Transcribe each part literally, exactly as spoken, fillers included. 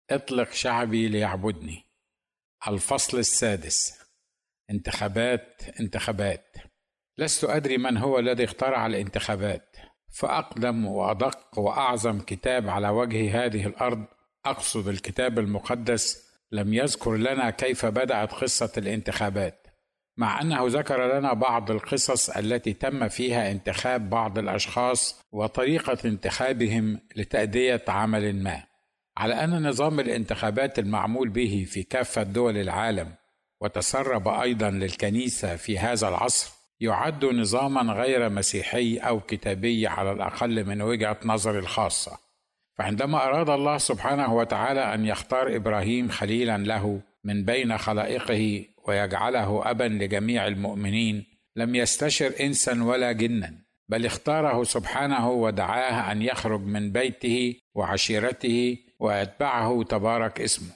اطلق شعبي ليعبدني. الفصل السادس. انتخابات انتخابات. لست أدري من هو الذي اخترع الانتخابات، فأقدم وأدق وأعظم كتاب على وجه هذه الأرض، أقصد الكتاب المقدس، لم يذكر لنا كيف بدأت قصة الانتخابات، مع أنه ذكر لنا بعض القصص التي تم فيها انتخاب بعض الأشخاص وطريقة انتخابهم لتأدية عمل ما، على أن نظام الانتخابات المعمول به في كافة دول العالم وتسرب أيضا للكنيسة في هذا العصر يعد نظاما غير مسيحي أو كتابي على الأقل من وجهة نظر الخاصة. فعندما أراد الله سبحانه وتعالى أن يختار إبراهيم خليلا له من بين خلائقه ويجعله أبا لجميع المؤمنين، لم يستشر إنسا ولا جنا، بل اختاره سبحانه ودعاه أن يخرج من بيته وعشيرته ويتبعه تبارك اسمه.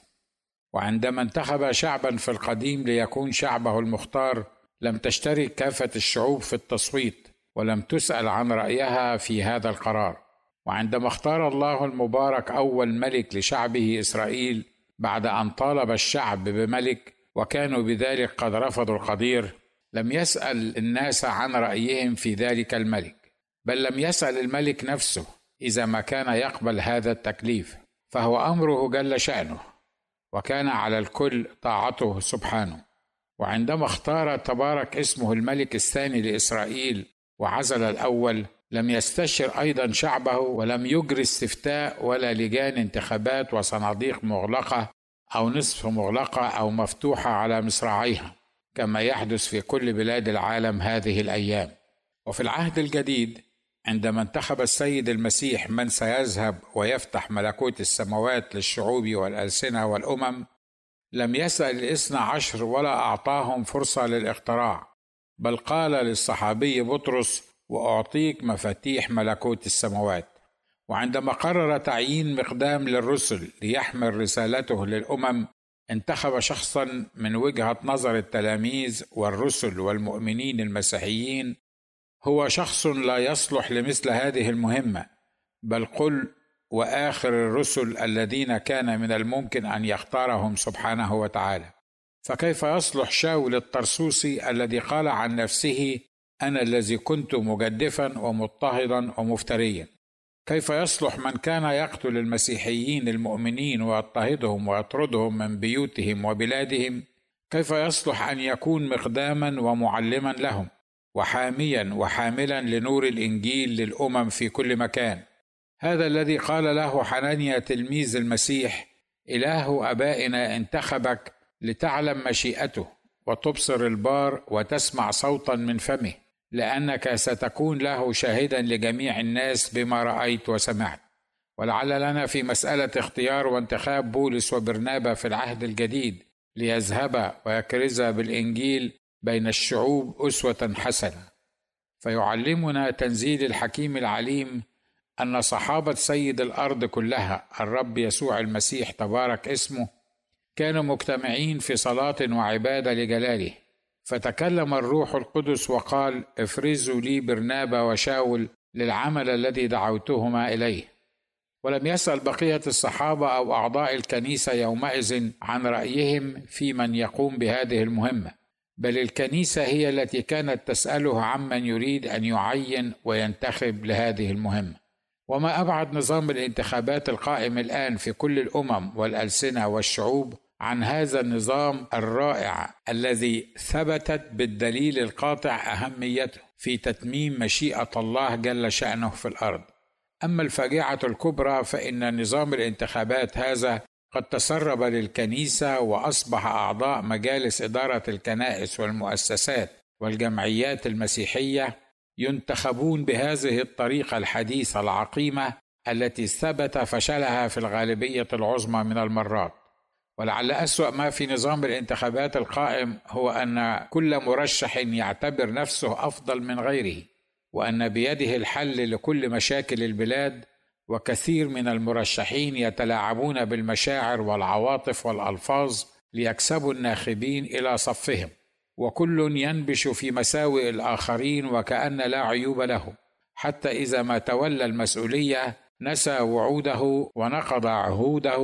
وعندما انتخب شعبا في القديم ليكون شعبه المختار، لم تشترك كافة الشعوب في التصويت ولم تسأل عن رأيها في هذا القرار. وعندما اختار الله المبارك أول ملك لشعبه إسرائيل بعد أن طالب الشعب بملك وكانوا بذلك قد رفضوا القدير، لم يسأل الناس عن رأيهم في ذلك الملك، بل لم يسأل الملك نفسه إذا ما كان يقبل هذا التكليف، فهو أمره جل شأنه، وكان على الكل طاعته سبحانه. وعندما اختار تبارك اسمه الملك الثاني لإسرائيل وعزل الأول، لم يستشر أيضا شعبه ولم يجري استفتاء ولا لجان انتخابات وصناديق مغلقة أو نصف مغلقة أو مفتوحة على مصراعيها كما يحدث في كل بلاد العالم هذه الأيام. وفي العهد الجديد عندما انتخب السيد المسيح من سيذهب ويفتح ملكوت السماوات للشعوب والألسنة والأمم، لم يسأل الاثنى عشر ولا أعطاهم فرصة للاختراع، بل قال للصحابي بطرس: وأعطيك مفاتيح ملكوت السماوات. وعندما قرر تعيين مقدام للرسل ليحمل رسالته للأمم، انتخب شخصا من وجهة نظر التلاميذ والرسل والمؤمنين المسيحيين هو شخص لا يصلح لمثل هذه المهمة، بل قل وآخر الرسل الذين كان من الممكن أن يختارهم سبحانه وتعالى. فكيف يصلح شاول الطرسوسي الذي قال عن نفسه: أنا الذي كنت مجدفا ومضطهدا ومفتريا؟ كيف يصلح من كان يقتل المسيحيين المؤمنين ويضطهدهم ويطردهم من بيوتهم وبلادهم؟ كيف يصلح أن يكون مقداما ومعلما لهم وحاميا وحاملا لنور الإنجيل للأمم في كل مكان؟ هذا الذي قال له حنانيا تلميذ المسيح: إله أبائنا انتخبك لتعلم مشيئته وتبصر البار وتسمع صوتا من فمه، لأنك ستكون له شاهدا لجميع الناس بما رأيت وسمعت. ولعل لنا في مسألة اختيار وانتخاب بولس وبرنابا في العهد الجديد ليذهبا ويكرزا بالإنجيل بين الشعوب أسوة حسنة. فيعلمنا تنزيل الحكيم العليم أن صحابة سيد الأرض كلها الرب يسوع المسيح تبارك اسمه كانوا مجتمعين في صلاة وعبادة لجلاله، فتكلم الروح القدس وقال: افرزوا لي برنابا وشاول للعمل الذي دعوتهما إليه. ولم يسأل بقية الصحابة أو أعضاء الكنيسة يومئذ عن رأيهم في من يقوم بهذه المهمة، بل الكنيسة هي التي كانت تسأله عمن يريد أن يعين وينتخب لهذه المهمة. وما أبعد نظام الانتخابات القائم الآن في كل الأمم والألسنة والشعوب عن هذا النظام الرائع الذي ثبتت بالدليل القاطع أهميته في تتميم مشيئة الله جل شأنه في الأرض. أما الفاجعة الكبرى فإن نظام الانتخابات هذا قد تسرب للكنيسة، وأصبح أعضاء مجالس إدارة الكنائس والمؤسسات والجمعيات المسيحية ينتخبون بهذه الطريقة الحديثة العقيمة التي ثبت فشلها في الغالبية العظمى من المرات. ولعل أسوأ ما في نظام الانتخابات القائم هو أن كل مرشح يعتبر نفسه أفضل من غيره، وأن بيده الحل لكل مشاكل البلاد، وكثير من المرشحين يتلاعبون بالمشاعر والعواطف والألفاظ ليكسبوا الناخبين إلى صفهم، وكل ينبش في مساوئ الآخرين وكأن لا عيوب له، حتى إذا ما تولى المسؤولية نسى وعوده ونقض عهوده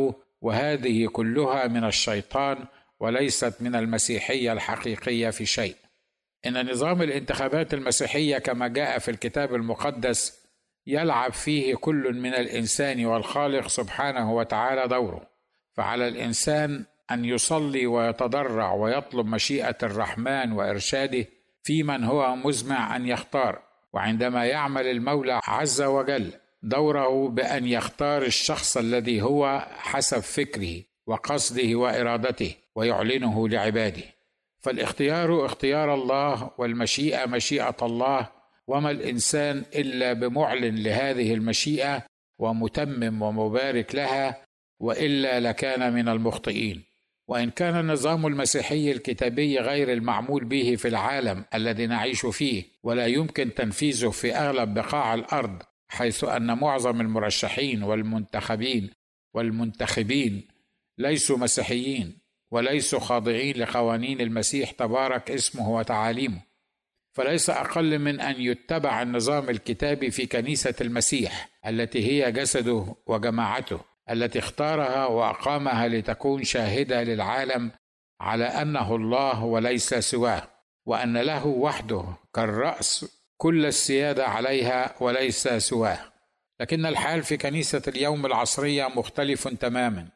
وهذه كلها من الشيطان وليست من المسيحية الحقيقية في شيء. إن نظام الانتخابات المسيحية كما جاء في الكتاب المقدس يلعب فيه كل من الإنسان والخالق سبحانه وتعالى دوره، فعلى الإنسان أن يصلي ويتضرع ويطلب مشيئة الرحمن وإرشاده في من هو مزمع أن يختار. وعندما يعمل المولى عز وجل دوره بأن يختار الشخص الذي هو حسب فكره وقصده وإرادته ويعلنه لعباده، فالاختيار اختيار الله والمشيئة مشيئة الله، وما الإنسان إلا بمعلن لهذه المشيئة ومتمم ومبارك لها، وإلا لكان من المخطئين. وإن كان النظام المسيحي الكتابي غير المعمول به في العالم الذي نعيش فيه ولا يمكن تنفيذه في أغلب بقاع الأرض، حيث أن معظم المرشحين والمنتخبين والمنتخبين ليسوا مسيحيين وليسوا خاضعين لقوانين المسيح تبارك اسمه وتعاليمه، فليس أقل من أن يتبع النظام الكتابي في كنيسة المسيح التي هي جسده وجماعته، التي اختارها وأقامها لتكون شاهدة للعالم على أنه الله وليس سواه، وأن له وحده كالرأس كل السيادة عليها وليس سواه. لكن الحال في كنيسة اليوم العصرية مختلف تماما،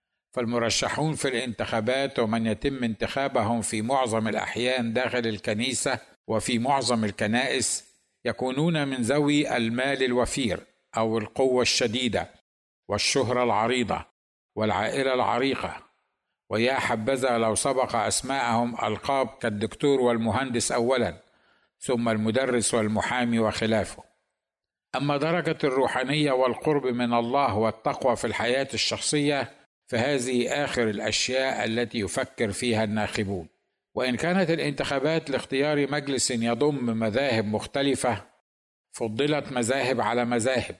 فالمرشحون في الانتخابات ومن يتم انتخابهم في معظم الأحيان داخل الكنيسة وفي معظم الكنائس يكونون من ذوي المال الوفير أو القوة الشديدة والشهرة العريضة والعائلة العريقة، ويا حبذا لو سبق أسماءهم ألقاب كالدكتور والمهندس أولا ثم المدرس والمحامي وخلافه. أما درجة الروحانية والقرب من الله والتقوى في الحياة الشخصية فهذه آخر الأشياء التي يفكر فيها الناخبون. وإن كانت الانتخابات لاختيار مجلس يضم مذاهب مختلفة، فضلت مذاهب على مذاهب،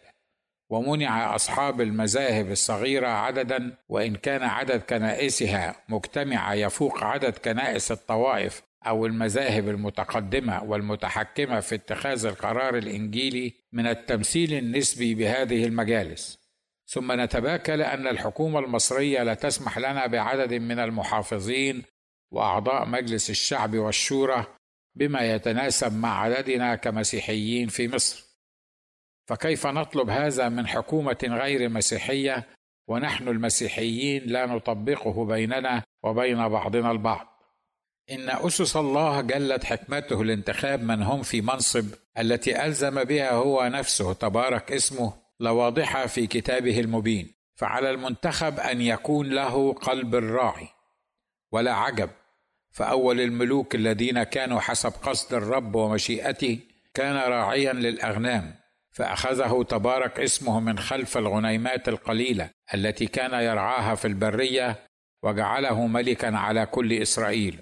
ومنع أصحاب المذاهب الصغيرة عددا، وإن كان عدد كنائسها مجتمعة يفوق عدد كنائس الطوائف أو المذاهب المتقدمة والمتحكمة في اتخاذ القرار الإنجيلي من التمثيل النسبي بهذه المجالس. ثم نتباكى لأن الحكومة المصرية لا تسمح لنا بعدد من المحافظين وأعضاء مجلس الشعب والشورى بما يتناسب مع عددنا كمسيحيين في مصر، فكيف نطلب هذا من حكومة غير مسيحية ونحن المسيحيين لا نطبقه بيننا وبين بعضنا البعض؟ إن أسس الله جلت حكمته لانتخاب من هم في منصب التي ألزم بها هو نفسه تبارك اسمه لواضحة في كتابه المبين، فعلى المنتخب أن يكون له قلب الراعي. ولا عجب، فأول الملوك الذين كانوا حسب قصد الرب ومشيئته كان راعيا للأغنام، فأخذه تبارك اسمه من خلف الغنيمات القليلة التي كان يرعاها في البرية وجعله ملكا على كل إسرائيل،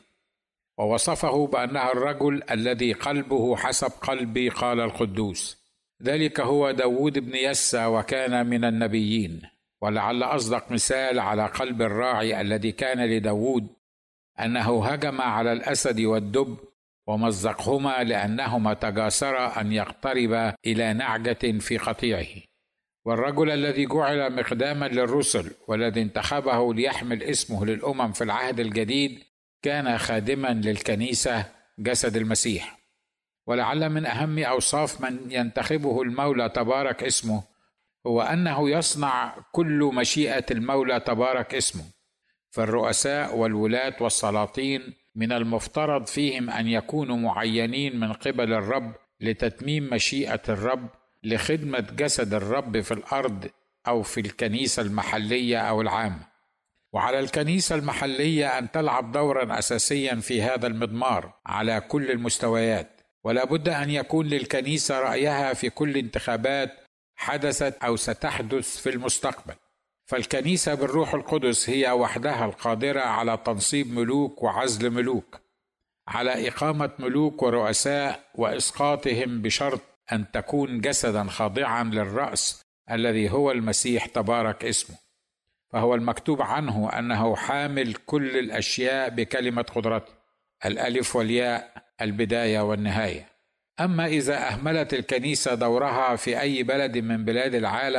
ووصفه بأنه الرجل الذي قلبه حسب قلبي قال القدوس. ذلك هو داود بن يسى وكان من النبيين. ولعل أصدق مثال على قلب الراعي الذي كان لداود أنه هجم على الأسد والدب ومزقهما لأنهما تجاسرا أن يقتربا إلى نعجة في قطيعه. والرجل الذي جعل مقداما للرسل والذي انتخبه ليحمل اسمه للأمم في العهد الجديد كان خادما للكنيسة جسد المسيح. ولعل من أهم أوصاف من ينتخبه المولى تبارك اسمه هو أنه يصنع كل مشيئة المولى تبارك اسمه، فالرؤساء والولاة والسلاطين من المفترض فيهم أن يكونوا معينين من قبل الرب لتتميم مشيئة الرب لخدمة جسد الرب في الأرض أو في الكنيسة المحلية أو العامة. وعلى الكنيسة المحلية أن تلعب دورا أساسيا في هذا المضمار على كل المستويات، ولا بد أن يكون للكنيسة رأيها في كل انتخابات حدثت أو ستحدث في المستقبل. فالكنيسة بالروح القدس هي وحدها القادرة على تنصيب ملوك وعزل ملوك، على إقامة ملوك ورؤساء وإسقاطهم، بشرط أن تكون جسدا خاضعا للرأس الذي هو المسيح تبارك اسمه، فهو المكتوب عنه أنه حامل كل الأشياء بكلمة قدرته، الألف والياء، البداية والنهاية. أما إذا أهملت الكنيسة دورها في أي بلد من بلاد العالم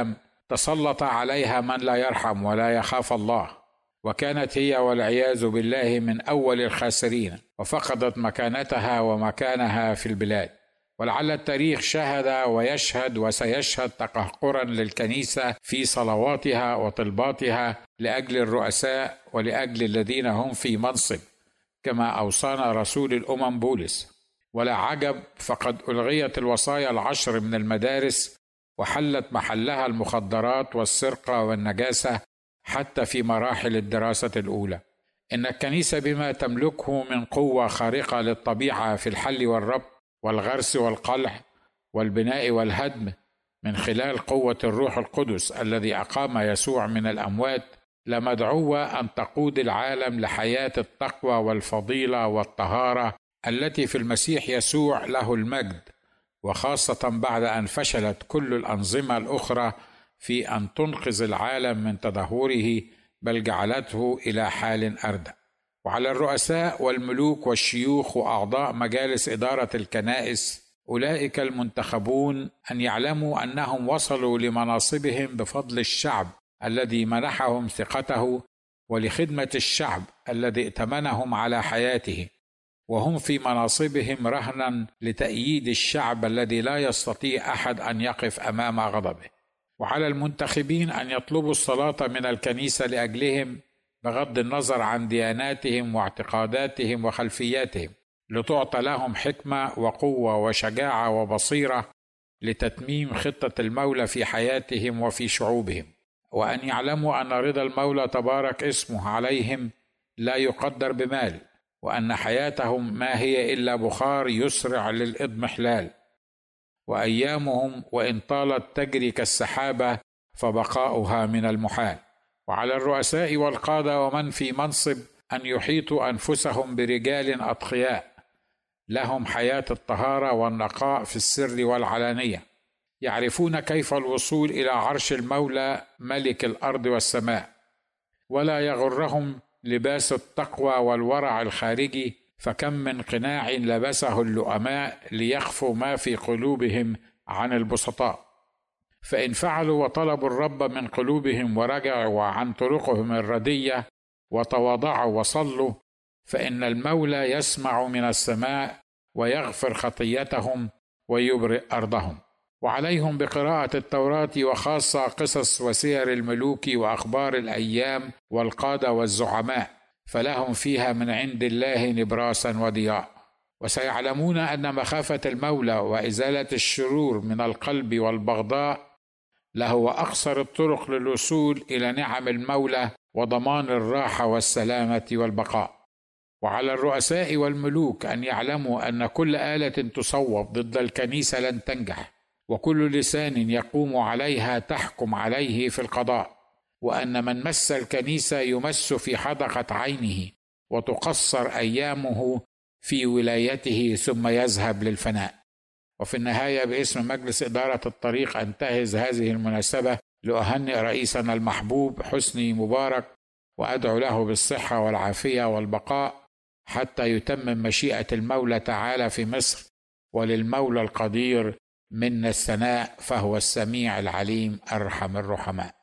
تسلط عليها من لا يرحم ولا يخاف الله، وكانت هي والعياذ بالله من أول الخاسرين، وفقدت مكانتها ومكانها في البلاد. ولعل التاريخ شهد ويشهد وسيشهد تقهقرا للكنيسة في صلواتها وطلباتها لأجل الرؤساء ولأجل الذين هم في منصب، كما أوصانا رسول الأمم بولس. ولا عجب، فقد ألغيت الوصايا العشر من المدارس وحلت محلها المخدرات والسرقة والنجاسة حتى في مراحل الدراسة الأولى. إن الكنيسة بما تملكه من قوة خارقة للطبيعة في الحل والربط والغرس والقلع والبناء والهدم من خلال قوة الروح القدس الذي أقام يسوع من الأموات، لمدعوة أن تقود العالم لحياة التقوى والفضيلة والطهارة التي في المسيح يسوع له المجد، وخاصة بعد أن فشلت كل الأنظمة الأخرى في أن تنقذ العالم من تدهوره، بل جعلته إلى حال أردى. وعلى الرؤساء والملوك والشيوخ وأعضاء مجالس إدارة الكنائس أولئك المنتخبون أن يعلموا أنهم وصلوا لمناصبهم بفضل الشعب الذي منحهم ثقته، ولخدمة الشعب الذي ائتمنهم على حياته، وهم في مناصبهم رهنا لتأييد الشعب الذي لا يستطيع أحد أن يقف أمام غضبه. وعلى المنتخبين أن يطلبوا الصلاة من الكنيسة لأجلهم بغض النظر عن دياناتهم واعتقاداتهم وخلفياتهم، لتعطى لهم حكمة وقوة وشجاعة وبصيرة لتتميم خطة المولى في حياتهم وفي شعوبهم، وأن يعلموا أن رضا المولى تبارك اسمه عليهم لا يقدر بمال، وأن حياتهم ما هي إلا بخار يسرع للإضمحلال، وأيامهم وإن طالت تجري كالسحابة فبقاؤها من المحال. وعلى الرؤساء والقادة ومن في منصب أن يحيطوا أنفسهم برجال أتقياء لهم حياة الطهارة والنقاء في السر والعلانية، يعرفون كيف الوصول إلى عرش المولى ملك الأرض والسماء، ولا يغرهم لباس التقوى والورع الخارجي، فكم من قناع لبسه اللؤماء ليخفوا ما في قلوبهم عن البسطاء. فإن فعلوا وطلبوا الرب من قلوبهم ورجعوا عن طرقهم الردية وتواضعوا وصلوا، فإن المولى يسمع من السماء ويغفر خطيتهم ويبرئ أرضهم. وعليهم بقراءة التوراة، وخاصة قصص وسير الملوك وأخبار الأيام والقادة والزعماء، فلهم فيها من عند الله نبراسا وضياء. وسيعلمون أن مخافة المولى وإزالة الشرور من القلب والبغضاء لهو أقصر الطرق للوصول إلى نعم المولى وضمان الراحة والسلامة والبقاء. وعلى الرؤساء والملوك أن يعلموا أن كل آلة تصوب ضد الكنيسة لن تنجح، وكل لسان يقوم عليها تحكم عليه في القضاء، وأن من مس الكنيسة يمس في حدقة عينه، وتقصر أيامه في ولايته ثم يذهب للفناء. وفي النهاية باسم مجلس إدارة الطريق أنتهز هذه المناسبة لأهنئ رئيسنا المحبوب حسني مبارك، وأدعو له بالصحة والعافية والبقاء حتى يتمم مشيئة المولى تعالى في مصر، وللمولى القدير منا الثناء، فهو السميع العليم أرحم الرحماء.